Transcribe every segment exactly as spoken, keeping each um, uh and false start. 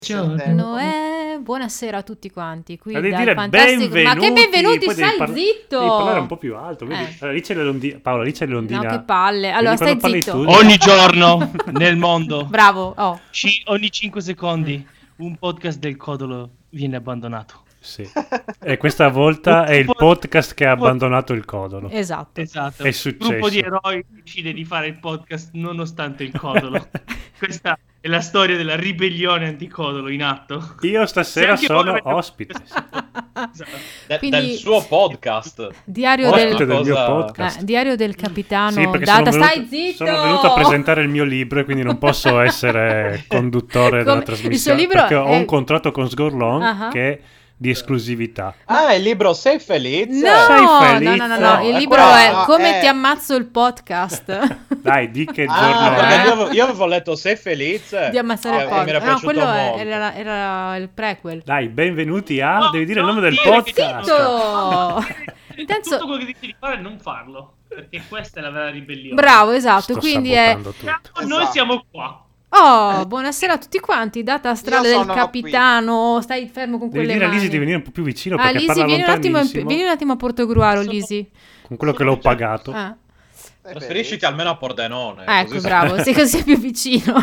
Buongiorno e buonasera a tutti quanti. Qui Devi dal dire fantastico... benvenuti. Ma che benvenuti, poi devi stai parla- zitto! Devi parlare un po' più alto. Vedi? Eh. Allora, lì c'è le londine. Paola, lì c'è le londine. No, che palle. Allora, Vedi stai quando parli zitto. tu? Ogni giorno nel mondo, Bravo. Oh. ci- ogni cinque secondi, un podcast del Codolo viene abbandonato. Sì. E questa volta è il podcast che ha abbandonato il Codolo. Esatto. Esatto. È Un successo. gruppo di eroi decide di fare il podcast nonostante il Codolo. Questa è la storia della ribellione anticodolo in atto. Io stasera Se anche sono voi avete- ospite. Esatto. Da- Quindi- dal suo podcast. Diario Oh, del... Ospite del mio cosa- podcast. eh, diario del capitano Sì, perché Data. sono Stai venuto, zitto! sono venuto a presentare il mio libro e quindi non posso essere conduttore della Come- trasmissione. il suo libro perché ho è- un contratto con Sgorlon Ah. che è di esclusività. Ah, il libro Sei Felice? No, Sei no, felice? no, no, no, il No, libro quello- è no, Come è- ti ammazzo il podcast Dai, di che Ah, giorno perché è? io, avevo, io avevo letto Sei Felice. di ammazzare e- il e mi era podcast. No, piaciuto quello è- molto. era, era il prequel. Dai, benvenuti a... No, Devi dire il non nome del dire che- podcast. Zitto! Intanto... Intanto- Tutto quello che dici di fare non farlo, perché questa è la vera ribellione. Bravo, esatto, Sto quindi è... sabotando tutto. Bravo, Noi Esatto. siamo qua. Oh, buonasera a tutti quanti, data astrale Io del sono capitano, stai fermo con Devi quelle dire a mani. Lisi di venire un po' più vicino Ah, perché Lisi, parla vieni un, attimo, in- lontanissimo vieni un attimo a Portogruaro, Sono- Lisi. con quello che l'ho pagato. Ah, Trasferisciti almeno a Pordenone. ecco, così- bravo, sì, così è più vicino.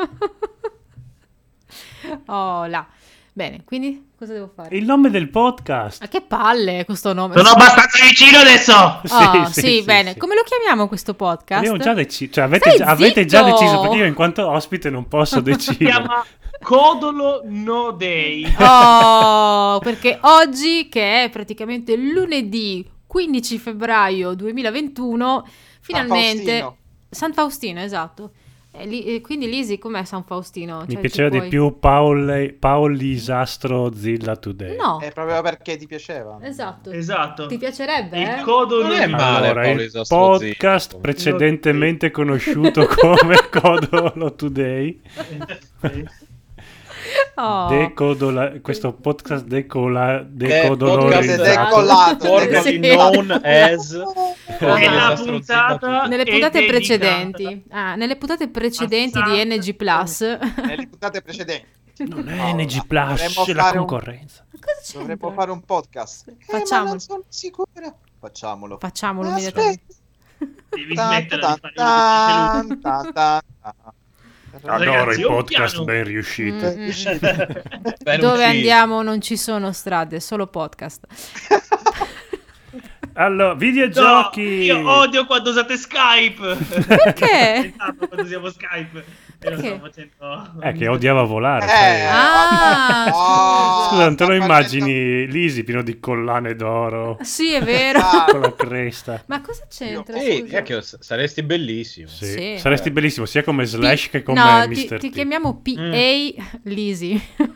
Oh, là. Bene, quindi cosa devo fare? Il nome del podcast. Ah, che palle questo nome. Sono abbastanza vicino adesso. Oh, Sì, sì, sì, sì, bene. sì. Come lo chiamiamo questo podcast? Abbiamo già deciso, cioè avete, Stai già, avete già zitto! deciso perché io in quanto ospite non posso Si decidere. chiama Codolo No Day. Oh, perché oggi, che è praticamente lunedì quindici febbraio duemilaventuno, finalmente... Faustino. San Faustino, esatto. E li- e quindi Lisi, com'è San Faustino? Mi Cioè, piaceva ci di puoi- più Paul, Paulisastro Zilla Today. No, È proprio perché ti piaceva. esatto. Esatto. Ti piacerebbe, Il eh? Codolo Non è di- male. Allora, Paolo il Isastro Zilla. podcast precedentemente conosciuto come Codolo Today. Oh. Decodola, questo podcast decola, È decodolorizzato. podcast decollato. Formerly Sì. known as È la Isastro puntata Zilla. Nelle è puntate dedicata- precedenti, ah, nelle puntate precedenti di Passata. N G Plus, Nelle puntate precedenti. Non è Paola, N G Plus, dovremmo c'è la fare un- concorrenza. Ma cosa c'entra? Dovremmo fare un podcast. Eh, Facciamolo. ma non sono sicura. Facciamolo. Facciamolo Ma immediatamente. Devi Tan, smetterla tan, di fare il tan, tan, tan, tan. Adoro Ragazzi, i un podcast piano. ben riusciti. Mm, mm, mm. Ben Dove uscito. andiamo non ci sono strade, solo podcast. Allora, No, videogiochi. io odio quando usate Skype. Perché? Quando usiamo Skype. E lo Perché? sto facendo. Eh, che odiava volare. Eh, sai. Ah, oh, Scusa, non te lo sta immagini Lisi pieno di collane d'oro Sì, è vero. Ah, con la cresta? Ma cosa c'entra? Sì, scusa? è che s- saresti bellissimo. Sì. Sì. Saresti bellissimo sia come Slash P- che come no, ti, mister ti T. chiamiamo P A Lisi.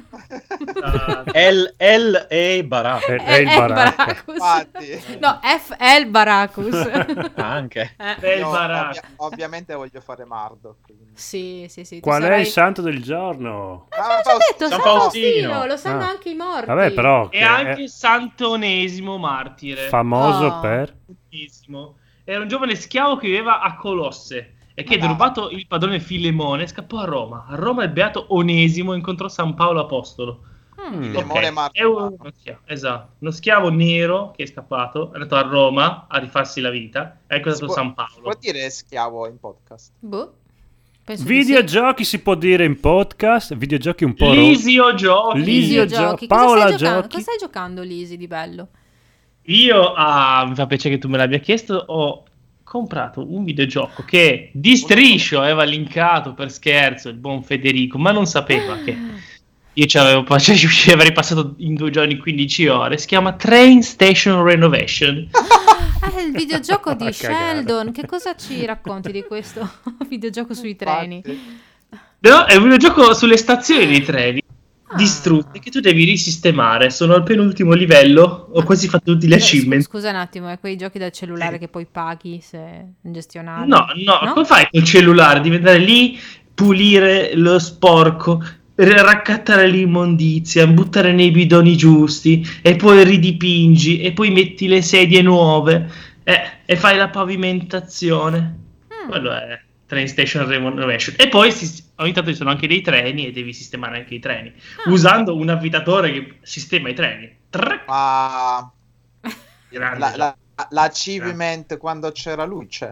Ah, L L A Baracca. È, è il baracca. Infatti. No, F L Baracus. Anche. Eh, bel Io baracca. ovvia- ovviamente voglio fare Mardo. quindi. Sì, sì, sì. tu Qual è sarai- il santo del giorno? Ah, te l'ho già detto, San San Faustino, Faustino. lo sanno Ah. anche i morti. Vabbè, però che E anche è Sant'Onesimo martire. famoso Oh. per Bellissimo. Era un giovane schiavo che viveva a Colosse e che, Ma dai. derubato il padrone Filemone, scappò a Roma. A Roma il beato Onesimo incontrò San Paolo Apostolo. Mm. Filemone Ok, Martire. è uno schiavo, esatto. Uno schiavo nero che è scappato, è andato a Roma a rifarsi la vita. Ecco è Si stato può- San si Paolo. Può dire schiavo in podcast? Boh. Penso di sì. videogiochi si può dire in podcast, videogiochi un po' ro- Lisio giochi. Lisio Lisio gio- giochi. Cosa Paola stai giocando? giochi. Cosa stai giocando, Lisi, di bello? Io, ah, mi fa piacere che tu me l'abbia chiesto, ho comprato un videogioco che di striscio aveva linkato per scherzo il buon Federico, ma non sapeva che io ci avevo cioè, ci avrei passato in due giorni quindici ore. Si chiama Train Station Renovation. Ah, il videogioco di Cagata. Sheldon. Che cosa ci racconti di questo videogioco sui treni? Infatti. No, è un videogioco sulle stazioni dei treni Ah. distrutte che tu devi risistemare. Sono al penultimo livello, ho quasi fatto tutti gli Eh, scu- achievement. Scusa un attimo, è quei giochi da cellulare Sì. che poi paghi se gestionali? No, no, No? come fai col cellulare? Devi andare lì, pulire lo sporco, r- raccattare l'immondizia, buttare nei bidoni giusti e poi ridipingi e poi metti le sedie nuove eh, e fai la pavimentazione. Mm. Quello è Train Station Renovation. E poi si, ogni tanto ci sono anche dei treni e devi sistemare anche i treni Ah. usando un avvitatore che sistema i treni. Trrr, Ma grande la, gioco. la, l'achievement quando c'era lui c'è?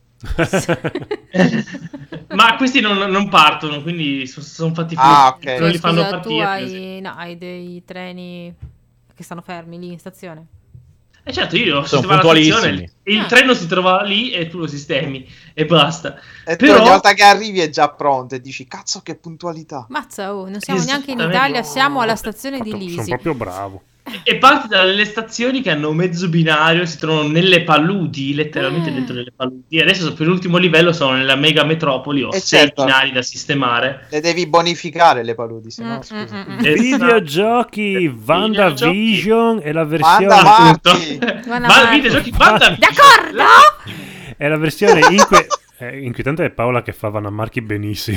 Ma questi non, non partono, quindi sono fatti Ah, finire, ok. non Eh, li fanno scusa, tu partire. per esempio. hai, no, hai dei treni che stanno fermi lì in stazione. E certo, io ho Sono sistemato la stazione, puntualissimi. il Ah. treno si trova lì e tu lo sistemi e basta. E tu Però- ogni volta che arrivi è già pronto e dici cazzo che puntualità. Mazza, oh, non siamo neanche in Esattamente. Italia, siamo alla stazione di Sono Lisi. proprio bravo. E parti dalle stazioni che hanno mezzo binario, si trovano nelle paludi, letteralmente Ah. dentro nelle paludi. Adesso per l'ultimo livello sono nella mega metropoli, ho Eh, sei certo. binari da sistemare. Le devi bonificare le paludi, se Mm, no mm, scusa. mm, mm. Esatto. Videogiochi WandaVision e la versione Manda Appunto. avanti. Guarda, Ma Marco. videogiochi WandaVision. D'accordo? è la versione inque... eh, inquietante è Paola che fa Vanamarchi benissimo.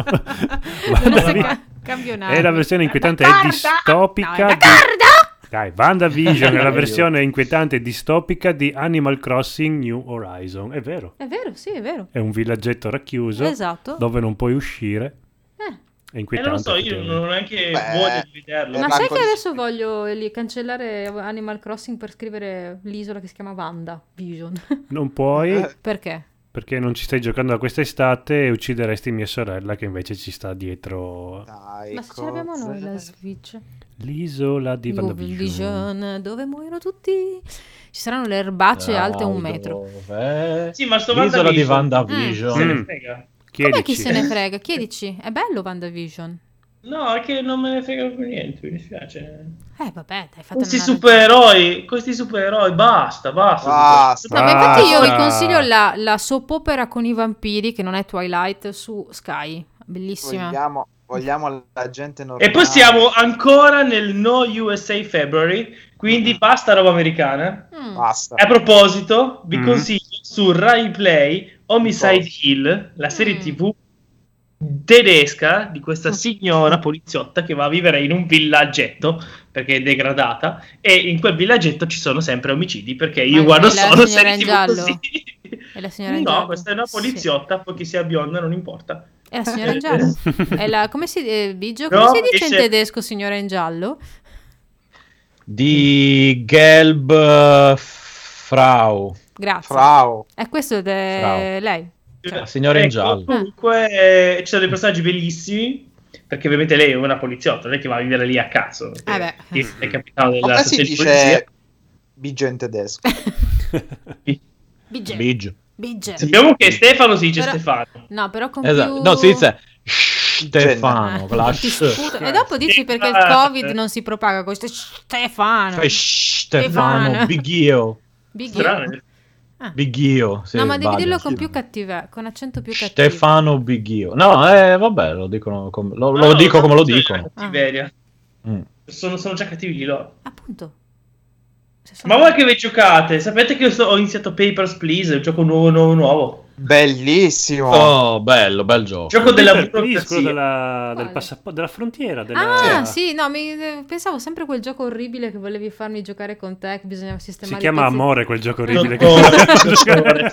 Adesso WandaVision- ca- campionato. è la versione inquietante e D'accordo? distopica No, di... d'accordo? Dai, WandaVision è la versione inquietante e distopica di Animal Crossing New Horizon. È vero. È vero, sì, è vero. È un villaggetto racchiuso Esatto. dove non puoi uscire. Eh. È Eh, inquietante. non lo so, io effettivamente. non ho neanche Beh, voglia di vederlo. è Ma la sai che cosa- adesso voglio lì cancellare Animal Crossing per scrivere l'isola che si chiama Wanda Vision. Non puoi Eh, Perché? perché non ci stai giocando da quest'estate e uccideresti mia sorella che invece ci sta dietro. Dai, Ma se ce l'abbiamo noi la cos'è? Switch. L'isola di Dove WandaVision. Vision, dove muoiono tutti. Ci saranno le erbacce alte un metro. Dov'è? Sì, ma sto L'isola di WandaVision. WandaVision. Se ne Mm. frega. Come Chiedici. chi se ne frega? Chiedici. È bello WandaVision. No, è che non me ne frega più niente, mi dispiace. Eh vabbè, dai, fate Questi una supereroi, questi supereroi, basta, basta. Basta. No, ma infatti io vi Basta. consiglio la, la soap opera con i vampiri, che non è Twilight, su Sky. Bellissima. Vogliamo, vogliamo la gente normale. E poi siamo ancora nel no U S A February, quindi basta roba americana. Mm. Basta. E a proposito, vi Mm. consiglio su Rai Play Homicide Cosa? Hill, la serie Mm. tivù tedesca di questa signora poliziotta che va a vivere in un villaggetto perché è degradata e in quel villaggetto ci sono sempre omicidi perché io Ma guardo è la solo signora serie in tivù giallo? così. È la signora in No, giallo? questa è una Sì. poliziotta, poi che sia bionda non importa. È la signora in giallo. È la, come si, eh, Biggio, No, come si dice e in c'è- tedesco signora in giallo? Di Gelb eh, Frau. Grazie. Frau. È questo ed è Frau. lei. Cioè, La signora in Ecco, giallo. comunque eh, ci sono dei personaggi bellissimi perché ovviamente lei è una poliziotta, non è che va a vivere lì a cazzo. perché Eh beh. È il capitano della Come si stazione di polizia. dice Biggio in tedesco? Biggio. Biggio. Biggio. Sappiamo che Stefano si dice Però- Stefano. No, però con Esatto. più... No, si dice Stefano. Eh, con la ti sh. sputo. E dopo dici perché il Eh. Covid non si propaga con questo Stefano. Fai Stefano. Stefano. Bighio. Biggio. Strano. Ah. Bighio. sì, No, ma devi sbaglio, dirlo con sì. più cattiva, con accento più cattivo. Stefano Bighio. No, eh, vabbè, lo dicono com- lo, lo No, dico come lo c'è dicono. la cattiveria. Mm. Sono, sono già cattivi di loro. Appunto. Se sono- Ma voi che vi giocate? Sapete che io sto- ho iniziato Papers, Please, il gioco nuovo, nuovo, nuovo. Bellissimo. Oh, bello, bel gioco. Gioco della Paper Please, quello burocrazia. della, del Quale? passaporto, della frontiera. Della... Ah, sì, no, mi, eh, pensavo sempre a quel gioco orribile che volevi farmi giocare con te, che bisognava Si sistemare i chiama pezzi- Amore quel gioco orribile. Dottore, che...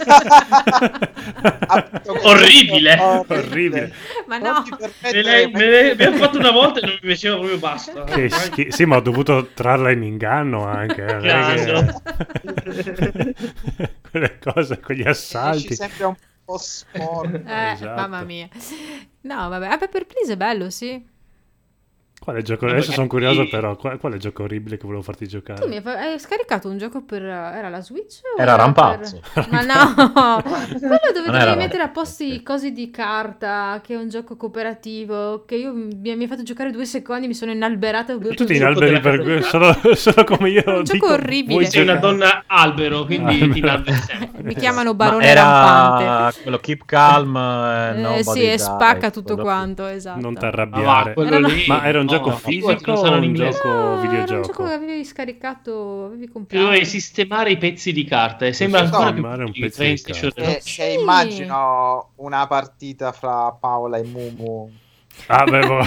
Orribile. Orribile. Ma Non no, ti Me permettere l'hai- mai- me l'hai- abbiamo fatto una volta e non mi piaceva proprio basta. Che schi- Sì, ma ho dovuto trarla in inganno anche. eh, non è che- Quelle cose, quegli Esci assalti. sempre un po' sporco. eh, Esatto. mamma mia. No, vabbè, ah, Pepper Please è bello, sì. Quale gioco? Ma Adesso perché- sono curioso, però. Qual, quale gioco orribile che volevo farti giocare? Tu mi hai, fa- hai scaricato un gioco per... Era la Switch? O Era per- Rampazzo. Ma no! Quello dove Non dovevi era- mettere a posto i cosi di carta, che è un gioco cooperativo, che io mi, mi hai fatto giocare due secondi, mi sono inalberata. Tu ti inalberi per solo, solo come io Un dico. gioco orribile. vuoi Sei una giocare? donna albero, quindi Albero. ti inalberi sempre. Mi chiamano Ma Barone era Rampante. quello Keep Calm. Eh, Eh, nobody sì, e dies, spacca tutto quello- quanto, esatto. Non Ma t'arrabbiare. va, quello Era una- lì, Ma era un no, gioco figurati, fisico non o sarà in un inglese. gioco No, era un videogioco? gioco che avevi scaricato, avevi Che comprato. dovevi sistemare i pezzi di carta e sembra Sì, ancora sistemare più un pezzo Train di Station carta. Che, Zero. che immagino una partita fra Paola e Mumu. Ah, beh, boh.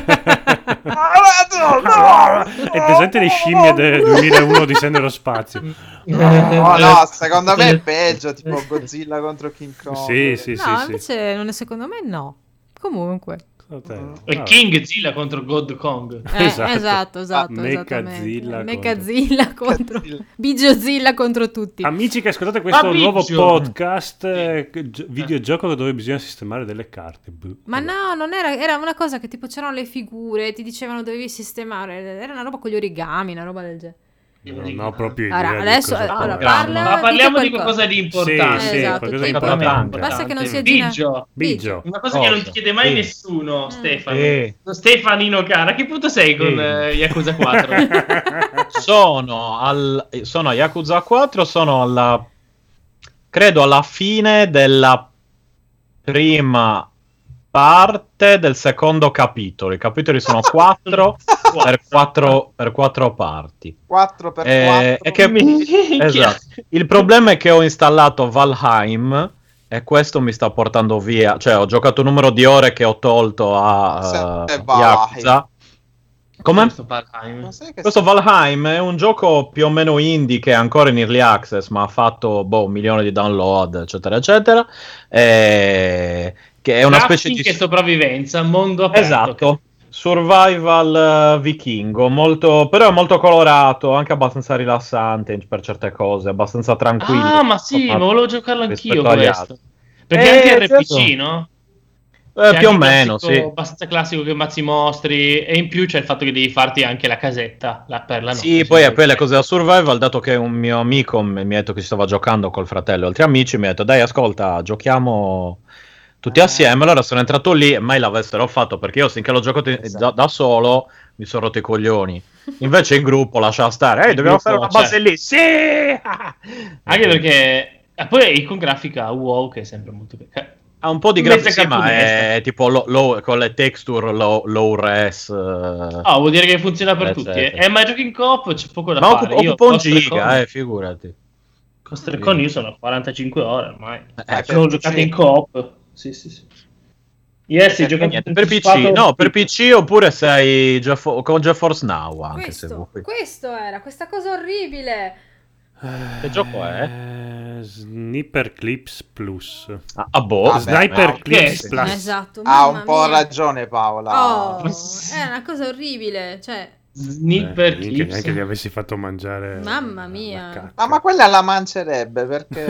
No, no, È presente le scimmie del duemilauno di Sé nello spazio? no, no, secondo me è peggio, tipo Godzilla contro King Kong. Sì, sì, No, sì, sì. invece non è, secondo me no. Comunque. E Kingzilla contro God Kong. Eh, esatto, esatto, esatto Mechazilla Mechazilla contro, contro... Bigiozilla contro tutti. Amici che ascoltate questo Ma nuovo Biggio. podcast eh, gi- videogioco dove bisogna sistemare delle carte. Buh, Ma vabbè. no, non era, era una cosa che tipo c'erano le figure, ti dicevano dovevi sistemare, era una roba con gli origami, una roba del genere. Non ho proprio idea. Allora, di adesso cosa allora, parla. parla, Ma parliamo dite di qualcosa di importante. Sì, sì, esatto, qualcosa di tipo, importante. basta che non sia Gina- Biggio. Biggio. Una cosa che non ti chiede mai Sì. nessuno, Mm. Stefano. Sì. Stefanino cara, a che punto sei con Sì. eh, Yakuza quattro? Sono al sono a Yakuza quattro, sono alla credo alla fine della prima parte del secondo capitolo. I capitoli sono quattro per quattro per quattro parti. quattro per Eh, quattro. e che- Minchia. esatto. Il problema è che ho installato Valheim e questo mi sta portando via, cioè ho giocato un numero di ore che ho tolto a Se- eh, Valheim. Yakuza. Come? Questo Valheim. Cos'è che Questo sta- Valheim è un gioco più o meno indie che è ancora in early access, ma ha fatto boh, un milione di download, eccetera, eccetera. E... che è una specie Crafting di e sopravvivenza, mondo aperto. esatto, survival eh, vichingo, molto... però è molto colorato, anche abbastanza rilassante per certe cose, abbastanza tranquillo. Ah, ma sì, ma volevo giocarlo anch'io rispetto agli questo. altri. Perché Eh, anche R P G, certo. no? Eh, C'è più o anche il meno, classico- sì. abbastanza classico che mazzi i mostri, e in più c'è il fatto che devi farti anche la casetta la, per la notte. Sì, poi, poi le cose da survival, dato che un mio amico mi mi ha detto che si stava giocando col fratello e altri amici, mi ha detto dai ascolta, giochiamo tutti Eh. assieme. Allora sono entrato lì e mai l'avessero fatto, perché io finché l'ho giocato in- Esatto. da, da solo mi sono rotto i coglioni. Invece il gruppo lascia stare, ehi Il dobbiamo gruppo, fare una base cioè. lì, sì! Anche perché... E poi con grafica WoW che è sempre molto... Ha un po' di Mezza grafica, sì, ma cartunesca. è tipo low, low- con le texture low, low res. eh. Ah, vuol dire che funziona per tutti. Eccetera. Eh, ma giochi in coop c'è poco da ma fare. occupa, Io occupa un Ghost Recon- giga, eh, figurati. Ghost Recon io sono a quarantacinque ore ormai. Eh, Sono per giocate P C. in coop. Sì, sì, sì. Yes, hai Eh, giocato niente, per P C, anticipato- no, per P C oppure sei Geff- con GeForce Now anche se Questo, vuoi. questo era, questa cosa orribile. Che gioco è? Eh, Sniper Clips Plus. Ah, ah, boh. Vabbè, Sniper no. Clips Che- Plus. Esatto. Ha mamma un po' mia. ragione Paola. Oh, è una cosa orribile, cioè, Sniper Eh, minchia, Clips. neanche li avessi fatto mangiare. Mamma la mia. cacca. Ah, ma quella la mangerebbe perché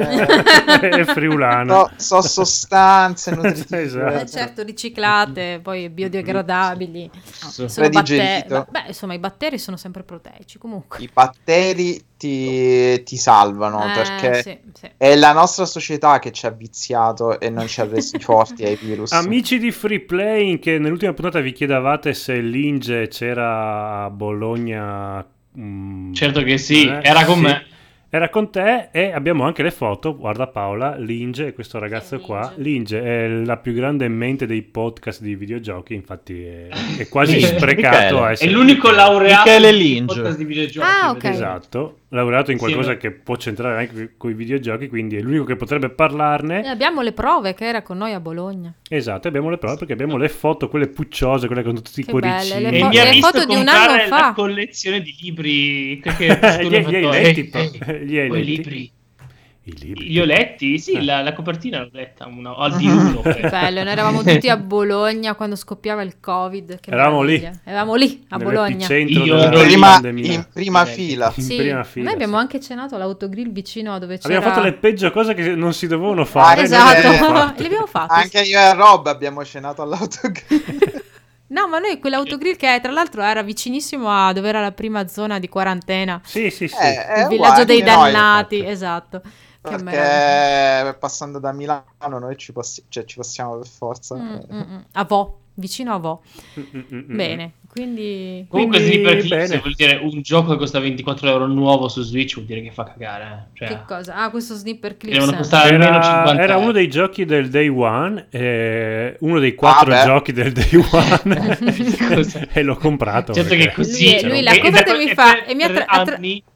È friulano. so, so sostanze nutritive. Esatto. eh, certo, riciclate, poi biodegradabili. Sono Predigerito. batteri. Beh, insomma, i batteri sono sempre proteici, comunque. I batteri ti, ti salvano Eh, perché sì, sì. è la nostra società che ci ha viziato e non ci ha resi forti ai virus. Amici di Free Playing, che nell'ultima puntata vi chiedevate se l'Inge c'era a Bologna. mm, Certo che sì, eh, era con sì. me. Era con te e abbiamo anche le foto. Guarda Paola, l'Inge, questo ragazzo Chi è qua. Linge? L'Inge è la più grande mente dei podcast di videogiochi, infatti è, è quasi Michele. sprecato a È essere l'unico laureato Michele di Linge. podcast di videogiochi. Ah, ok. vedete. Esatto, laureato in Sì, qualcosa ma- che può c'entrare anche con i videogiochi, quindi è l'unico che potrebbe E parlarne. abbiamo le prove che era con noi a Bologna. Esatto, abbiamo le prove perché abbiamo le foto, quelle pucciose, quelle con tutti i Che cuoricini. belle, le E fo- mi ha le visto foto di un comprare anno fa. la collezione di libri che, che Gli- gli hai letti, però? Gli hai quei letti? libri. I libri. Li ho letti? Sì, Eh. la, la copertina l'ho letta, una, al di uno. Che bello, noi eravamo tutti a Bologna quando scoppiava il Covid. Che Eravamo meraviglia. lì. Eravamo lì, a Bologna. Nell'epicentro Io della ero lì. prima, pandemia. in prima Sì, fila. in Sì, prima fila, noi abbiamo sì. anche cenato all'autogrill vicino a dove c'era... Abbiamo fatto le peggio cose che non si dovevano Ah, fare. noi le Esatto, abbiamo fatte. le abbiamo fatte. Anche io e Rob abbiamo cenato all'autogrill. No, ma noi quell'autogrill che tra l'altro era vicinissimo a dove era la prima zona di quarantena, Sì, sì, sì. Eh, è il uguale, villaggio dei anche noi, dannati, infatti. esatto. Che meraviglia. Perché passando da Milano noi ci, possi- cioè, ci passiamo per forza. Mm, Eh. mm, mm. A Vo, vicino a Vo. Mm, mm, mm, mm. Bene, quindi... Comunque Quindi, Sniper Clips bene. vuol dire un gioco che costa ventiquattro euro nuovo su Switch, vuol dire che fa cagare. eh. Cioè, Che cosa? Ah, questo Sniper che devono Clips. costare almeno Era, cinquanta era euro. uno dei giochi del Day One, eh, uno dei quattro Ah, beh. giochi del Day One Cosa? e l'ho comprato. Certo perché che così Lui- cioè, lui e- la e cosa da che que- mi e fa- per e mi ha tre tra- ha tra- anni-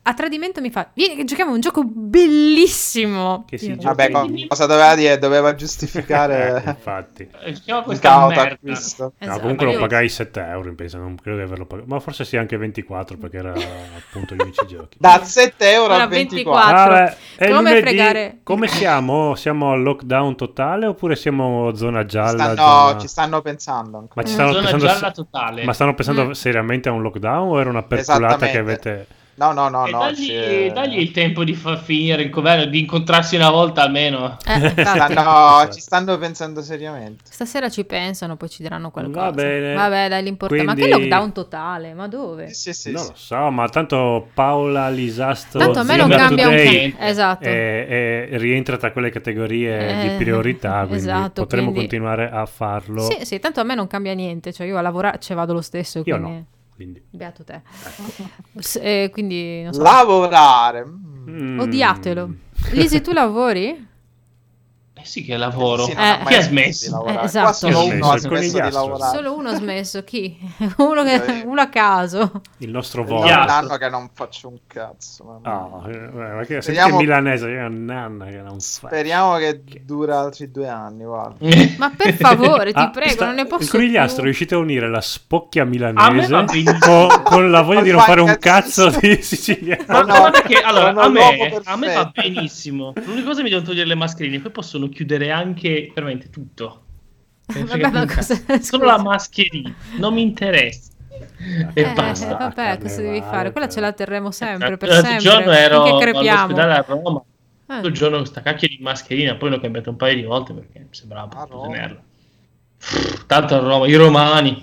a tradimento mi fa: vieni che giochiamo a un gioco bellissimo. Che si Io- gioca Vabbè, co- cosa doveva dire? Doveva giustificare Eh, infatti. Eh, Giochiamo a il questa cauto merda. acquisto. No, Esatto, comunque lo io- pagai sette euro, penso, non credo di averlo pagato. Ma forse sì anche ventiquattro perché era appunto gli unici giochi. Da sette euro Ora a ventiquattro. ventiquattro. è Come lunedì. fregare- Come siamo? Siamo al lockdown totale oppure siamo zona Ci gialla? stanno, zona- ci stanno pensando ancora. Ma ci stanno Zona pensando gialla totale. Ma stanno pensando Mm. seriamente a un lockdown o era una perculata Esattamente. che avete... No, no, no, E no. dagli, ci- dagli il tempo di far finire il governo, di incontrarsi una volta almeno. Eh, infatti. stanno, ci stanno pensando seriamente. Stasera ci pensano, poi ci diranno qualcosa. Va bene. Vabbè, dai, l'importante. Ma che Quindi- lockdown totale? Ma dove? Sì, sì, sì, non sì. lo so, ma tanto Paola Lisastro Tanto a me Zio non Up to cambia un date. c***o. Esatto. e, e rientra tra quelle categorie Eh, di priorità, quindi esatto, potremo quindi- continuare a farlo. Sì, sì, tanto a me non cambia niente. Cioè, io a lavorare ci vado lo stesso. Io Quindi... no, quindi... Beato te. S- eh, quindi, non so. Lavorare. Mm. Mm. Odiatelo. Lisi, tu lavori? Eh sì che lavoro. Sì, non Eh, ha mai chi ha smesso smesso? di lavorare. Eh, esatto. Qua solo Chi ha uno smesso? ha Il smesso di conigliastro. lavorare. Solo uno ha smesso. Chi? Uno, che... Io- uno a caso. Il nostro Io voto. è Yeah. un anno che non faccio un cazzo. mamma Oh, mia. eh, ma che, Speriamo- che milanese, io ho nanna che non fa. Speriamo che dura altri due anni. Guarda. Ma per favore, ti Ah, prego, sta- non ne posso Il conigliastro più. riuscite a unire la spocchia A me milanese va benissimo. con, con la voglia di non Ma fare un cazzissimo. cazzo di siciliano. Ma No, guarda che allora sono a l'uomo me, a me va perfetto. benissimo. L'unica cosa è che mi devono togliere le mascherine, poi possono chiudere anche veramente tutto. Me ne Vabbè, frega ma un cosa- cazzo. Solo scusa. la mascherina, non mi interessa. E Eh, basta. vabbè, cosa devi fare? Quella ce la terremo sempre, per L'altro sempre. giorno ero Finché crepiamo. all'ospedale a Roma. Eh. L'altro giorno questa cacchio di mascherina, poi l'ho cambiato un paio di volte perché mi sembrava A brutto Roma. tenerla. Tanto a Roma, i romani.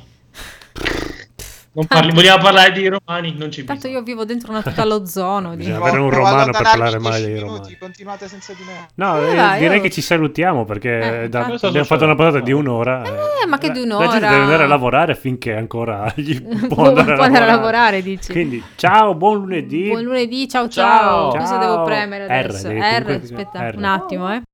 Non parli, vogliamo parlare di romani, non ci Tanto bisogna. io vivo dentro una tutta l'ozono. di- Bisogna avere un Devo romano per allontanarmi parlare male dieci dei minuti, romani. Continuate senza di me. No, Eh, eh, vai, direi io- che ci salutiamo perché Eh, da- infatti. abbiamo fatto una puntata di un'ora. Eh, ma che di un'ora? La gente deve andare a lavorare finché ancora gli può Può andare, può andare a lavorare, dici. Quindi, ciao, buon lunedì. Buon lunedì, ciao ciao. Ciao. Cosa devo premere R, adesso? devi R, comunque- aspetta R. un attimo, eh.